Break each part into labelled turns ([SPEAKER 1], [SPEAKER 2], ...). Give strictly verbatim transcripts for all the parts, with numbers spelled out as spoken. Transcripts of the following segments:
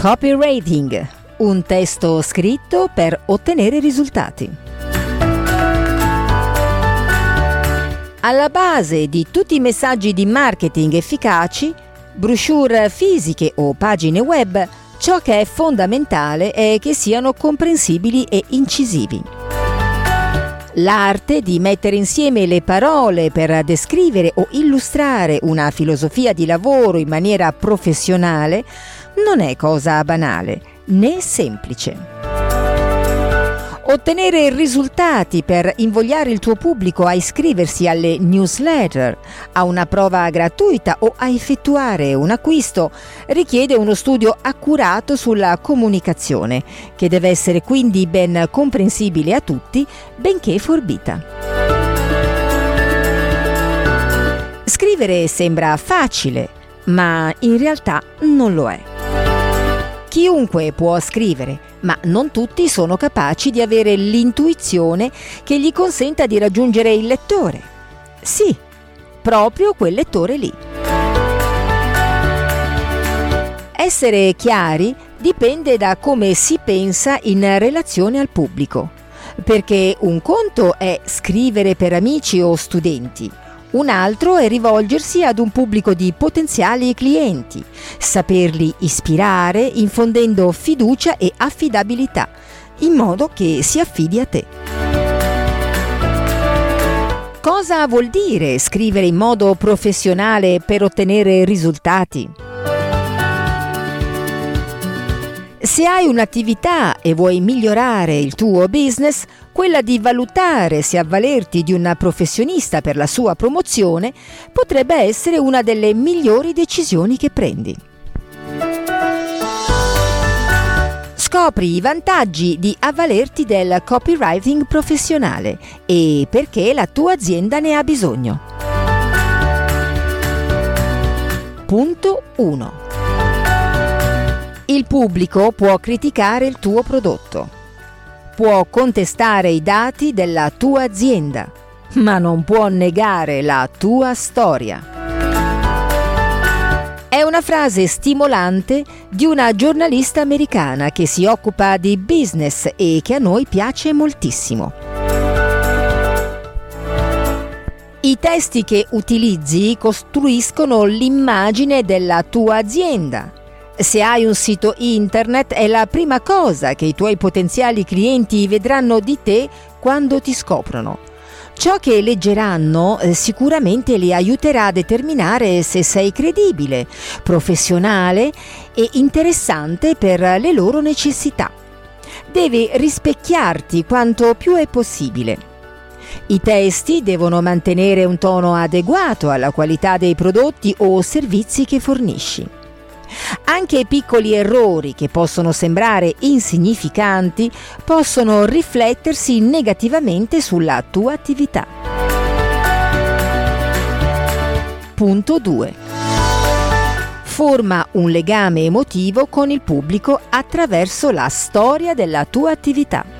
[SPEAKER 1] Copywriting, un testo scritto per ottenere risultati. Alla base di tutti i messaggi di marketing efficaci, brochure fisiche o pagine web, ciò che è fondamentale è che siano comprensibili e incisivi. L'arte di mettere insieme le parole per descrivere o illustrare una filosofia di lavoro in maniera professionale non è cosa banale né semplice. Ottenere risultati per invogliare il tuo pubblico a iscriversi alle newsletter, a una prova gratuita o a effettuare un acquisto richiede uno studio accurato sulla comunicazione, che deve essere quindi ben comprensibile a tutti, benché forbita. Scrivere sembra facile, ma in realtà non lo è. Chiunque può scrivere, ma non tutti sono capaci di avere l'intuizione che gli consenta di raggiungere il lettore. Sì, proprio quel lettore lì. Essere chiari dipende da come si pensa in relazione al pubblico, perché un conto è scrivere per amici o studenti. Un altro è rivolgersi ad un pubblico di potenziali clienti, saperli ispirare infondendo fiducia e affidabilità, in modo che si affidi a te. Cosa vuol dire scrivere in modo professionale per ottenere risultati? Se hai un'attività e vuoi migliorare il tuo business, quella di valutare se avvalerti di un professionista per la sua promozione potrebbe essere una delle migliori decisioni che prendi. Scopri i vantaggi di avvalerti del copywriting professionale e perché la tua azienda ne ha bisogno. Punto uno. Il pubblico può criticare il tuo prodotto, può contestare i dati della tua azienda, ma non può negare la tua storia. È una frase stimolante di una giornalista americana che si occupa di business e che a noi piace moltissimo. I testi che utilizzi costruiscono l'immagine della tua azienda. Se hai un sito internet è la prima cosa che i tuoi potenziali clienti vedranno di te quando ti scoprono. Ciò che leggeranno eh, sicuramente li aiuterà a determinare se sei credibile, professionale e interessante per le loro necessità. Devi rispecchiarti quanto più è possibile. I testi devono mantenere un tono adeguato alla qualità dei prodotti o servizi che fornisci. Anche piccoli errori che possono sembrare insignificanti possono riflettersi negativamente sulla tua attività. Punto due. Forma un legame emotivo con il pubblico attraverso la storia della tua attività.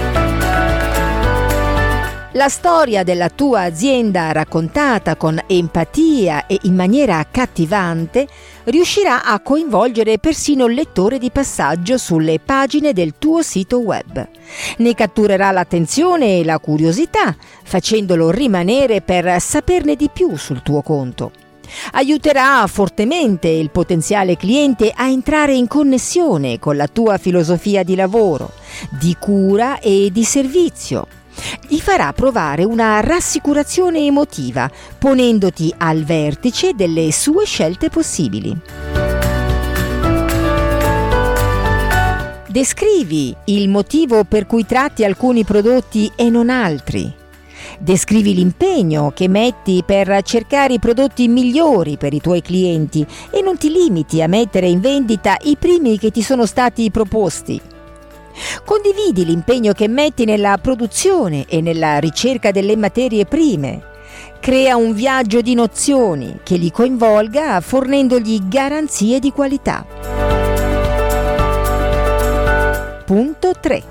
[SPEAKER 1] La storia della tua azienda raccontata con empatia e in maniera accattivante riuscirà a coinvolgere persino il lettore di passaggio sulle pagine del tuo sito web. Ne catturerà l'attenzione e la curiosità, facendolo rimanere per saperne di più sul tuo conto. Aiuterà fortemente il potenziale cliente a entrare in connessione con la tua filosofia di lavoro, di cura e di servizio. Gli farà provare una rassicurazione emotiva, ponendoti al vertice delle sue scelte possibili. Descrivi il motivo per cui tratti alcuni prodotti e non altri. Descrivi l'impegno che metti per cercare i prodotti migliori per i tuoi clienti e non ti limiti a mettere in vendita i primi che ti sono stati proposti. Condividi l'impegno che metti nella produzione e nella ricerca delle materie prime. Crea un viaggio di nozioni che li coinvolga fornendogli garanzie di qualità. Punto tre.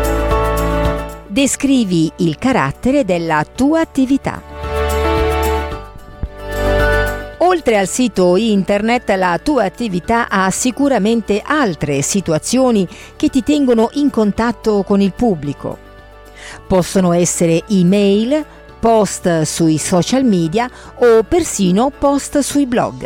[SPEAKER 1] Descrivi il carattere della tua attività. Oltre al sito internet, la tua attività ha sicuramente altre situazioni che ti tengono in contatto con il pubblico. Possono essere email, post sui social media o persino post sui blog.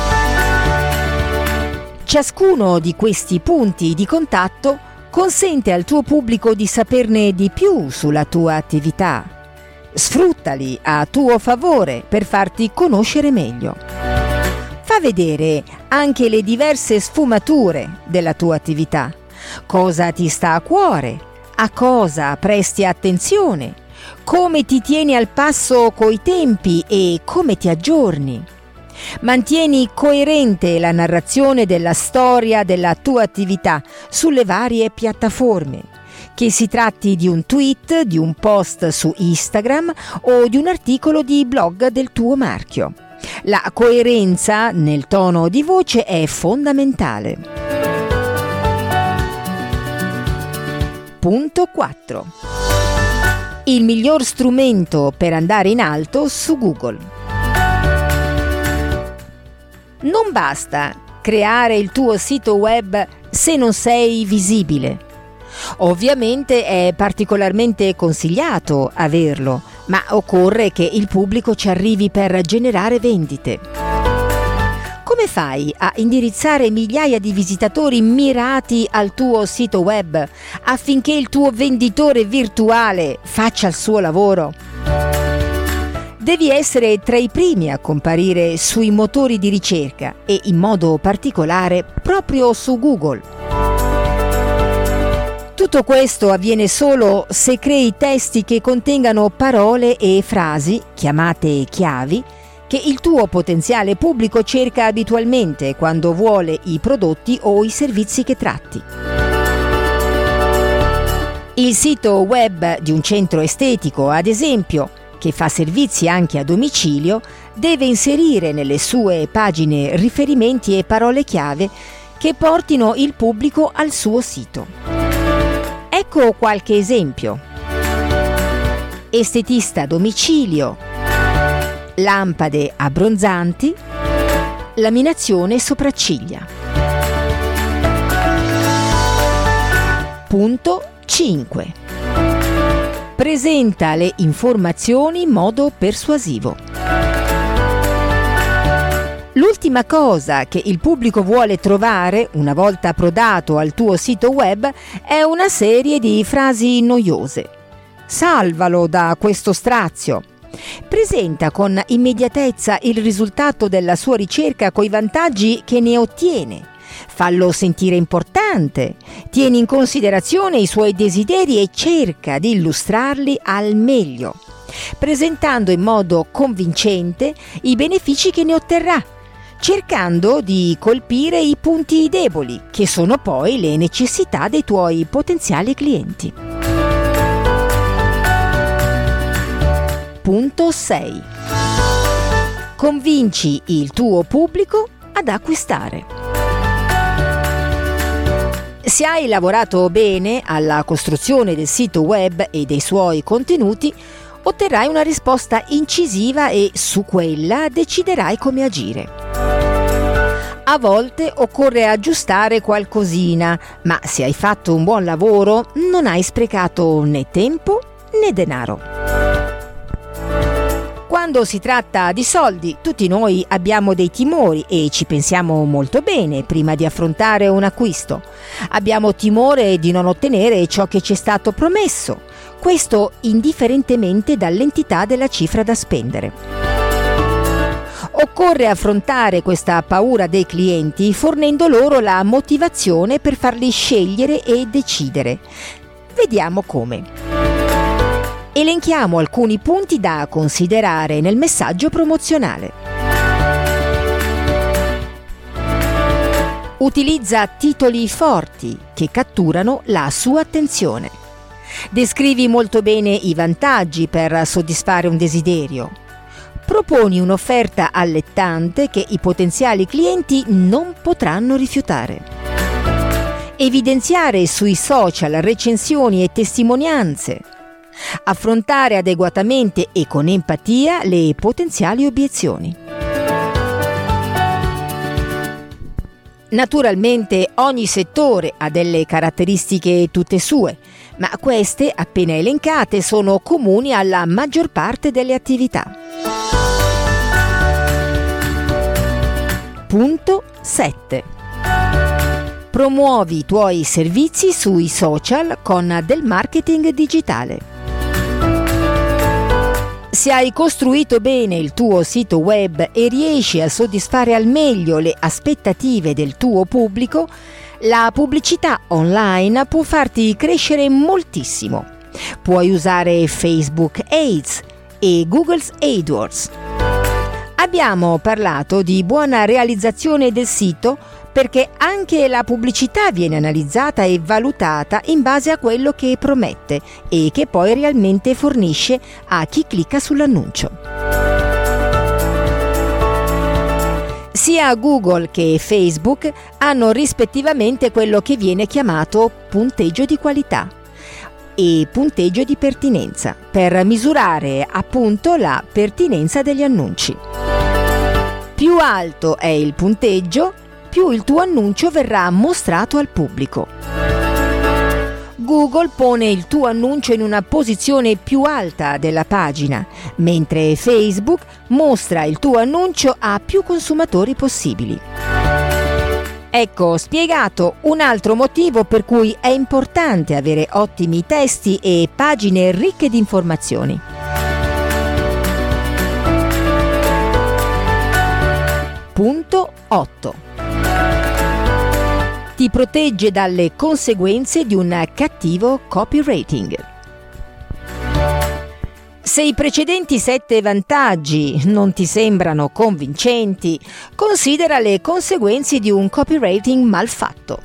[SPEAKER 1] Ciascuno di questi punti di contatto consente al tuo pubblico di saperne di più sulla tua attività. Sfruttali a tuo favore per farti conoscere meglio. Fa vedere anche le diverse sfumature della tua attività. Cosa ti sta a cuore? A cosa presti attenzione? Come ti tieni al passo coi tempi e come ti aggiorni? Mantieni coerente la narrazione della storia della tua attività sulle varie piattaforme, che si tratti di un tweet, di un post su Instagram o di un articolo di blog del tuo marchio. La coerenza nel tono di voce è fondamentale. Punto quattro. Il miglior strumento per andare in alto su Google. Non basta creare il tuo sito web se non sei visibile. Ovviamente è particolarmente consigliato averlo, ma occorre che il pubblico ci arrivi per generare vendite. Come fai a indirizzare migliaia di visitatori mirati al tuo sito web affinché il tuo venditore virtuale faccia il suo lavoro? Devi essere tra i primi a comparire sui motori di ricerca e in modo particolare proprio su Google. Tutto questo avviene solo se crei testi che contengano parole e frasi, chiamate chiavi, che il tuo potenziale pubblico cerca abitualmente quando vuole i prodotti o i servizi che tratti. Il sito web di un centro estetico, ad esempio, che fa servizi anche a domicilio, deve inserire nelle sue pagine riferimenti e parole chiave che portino il pubblico al suo sito. Ecco qualche esempio. Estetista a domicilio, lampade abbronzanti, laminazione sopracciglia. Punto cinque. Presenta le informazioni in modo persuasivo. L'ultima cosa che il pubblico vuole trovare una volta approdato al tuo sito web è una serie di frasi noiose. Salvalo da questo strazio. Presenta con immediatezza il risultato della sua ricerca coi vantaggi che ne ottiene. Fallo sentire importante, tieni in considerazione i suoi desideri e cerca di illustrarli al meglio, presentando in modo convincente i benefici che ne otterrà, cercando di colpire i punti deboli, che sono poi le necessità dei tuoi potenziali clienti. Punto sei. Convinci il tuo pubblico ad acquistare. Se hai lavorato bene alla costruzione del sito web e dei suoi contenuti, otterrai una risposta incisiva e su quella deciderai come agire. A volte occorre aggiustare qualcosina, ma se hai fatto un buon lavoro non hai sprecato né tempo né denaro. Quando si tratta di soldi, tutti noi abbiamo dei timori e ci pensiamo molto bene prima di affrontare un acquisto. Abbiamo timore di non ottenere ciò che ci è stato promesso, questo indifferentemente dall'entità della cifra da spendere. Occorre affrontare questa paura dei clienti fornendo loro la motivazione per farli scegliere e decidere. Vediamo come. Elenchiamo alcuni punti da considerare nel messaggio promozionale. Utilizza titoli forti che catturano la sua attenzione. Descrivi molto bene i vantaggi per soddisfare un desiderio. Proponi un'offerta allettante che i potenziali clienti non potranno rifiutare. Evidenziare sui social recensioni e testimonianze. Affrontare adeguatamente e con empatia le potenziali obiezioni. Naturalmente ogni settore ha delle caratteristiche tutte sue, ma queste, appena elencate, sono comuni alla maggior parte delle attività. Punto sette. Promuovi i tuoi servizi sui social con del marketing digitale. Se hai costruito bene il tuo sito web e riesci a soddisfare al meglio le aspettative del tuo pubblico, la pubblicità online può farti crescere moltissimo. Puoi usare Facebook Ads e Google's AdWords. Abbiamo parlato di buona realizzazione del sito perché anche la pubblicità viene analizzata e valutata in base a quello che promette e che poi realmente fornisce a chi clicca sull'annuncio. Sia Google che Facebook hanno rispettivamente quello che viene chiamato punteggio di qualità e punteggio di pertinenza per misurare appunto la pertinenza degli annunci. Più alto è il punteggio, più il tuo annuncio verrà mostrato al pubblico. Google pone il tuo annuncio in una posizione più alta della pagina, mentre Facebook mostra il tuo annuncio a più consumatori possibili. Ecco spiegato un altro motivo per cui è importante avere ottimi testi e pagine ricche di informazioni. Punto otto. Ti protegge dalle conseguenze di un cattivo copywriting. Se i precedenti sette vantaggi non ti sembrano convincenti, considera le conseguenze di un copywriting mal fatto.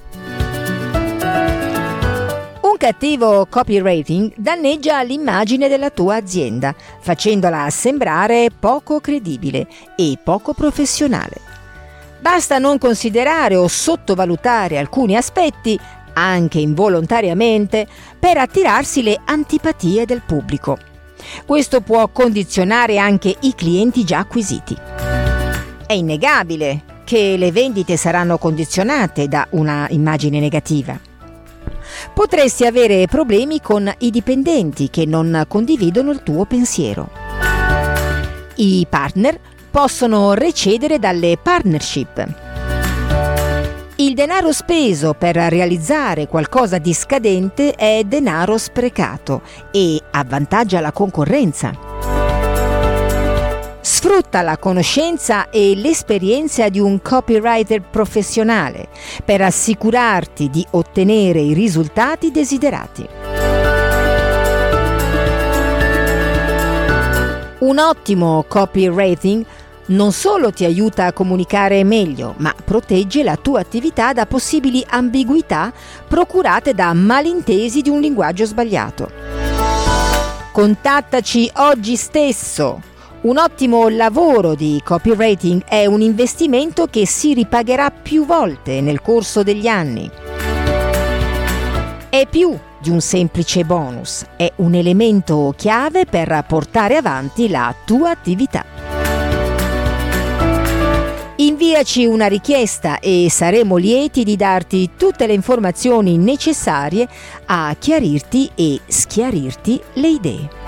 [SPEAKER 1] Un cattivo copywriting danneggia l'immagine della tua azienda, facendola sembrare poco credibile e poco professionale. Basta non considerare o sottovalutare alcuni aspetti, anche involontariamente, per attirarsi le antipatie del pubblico. Questo può condizionare anche i clienti già acquisiti. È innegabile che le vendite saranno condizionate da una immagine negativa. Potresti avere problemi con i dipendenti che non condividono il tuo pensiero. I partner possono recedere dalle partnership. Il denaro speso per realizzare qualcosa di scadente è denaro sprecato e avvantaggia la concorrenza. Sfrutta la conoscenza e l'esperienza di un copywriter professionale per assicurarti di ottenere i risultati desiderati. Un ottimo copywriting non solo ti aiuta a comunicare meglio, ma protegge la tua attività da possibili ambiguità procurate da malintesi di un linguaggio sbagliato. Contattaci oggi stesso. Un ottimo lavoro di copywriting è un investimento che si ripagherà più volte nel corso degli anni. È più di un semplice bonus, è un elemento chiave per portare avanti la tua attività. Inviaci una richiesta e saremo lieti di darti tutte le informazioni necessarie a chiarirti e schiarirti le idee.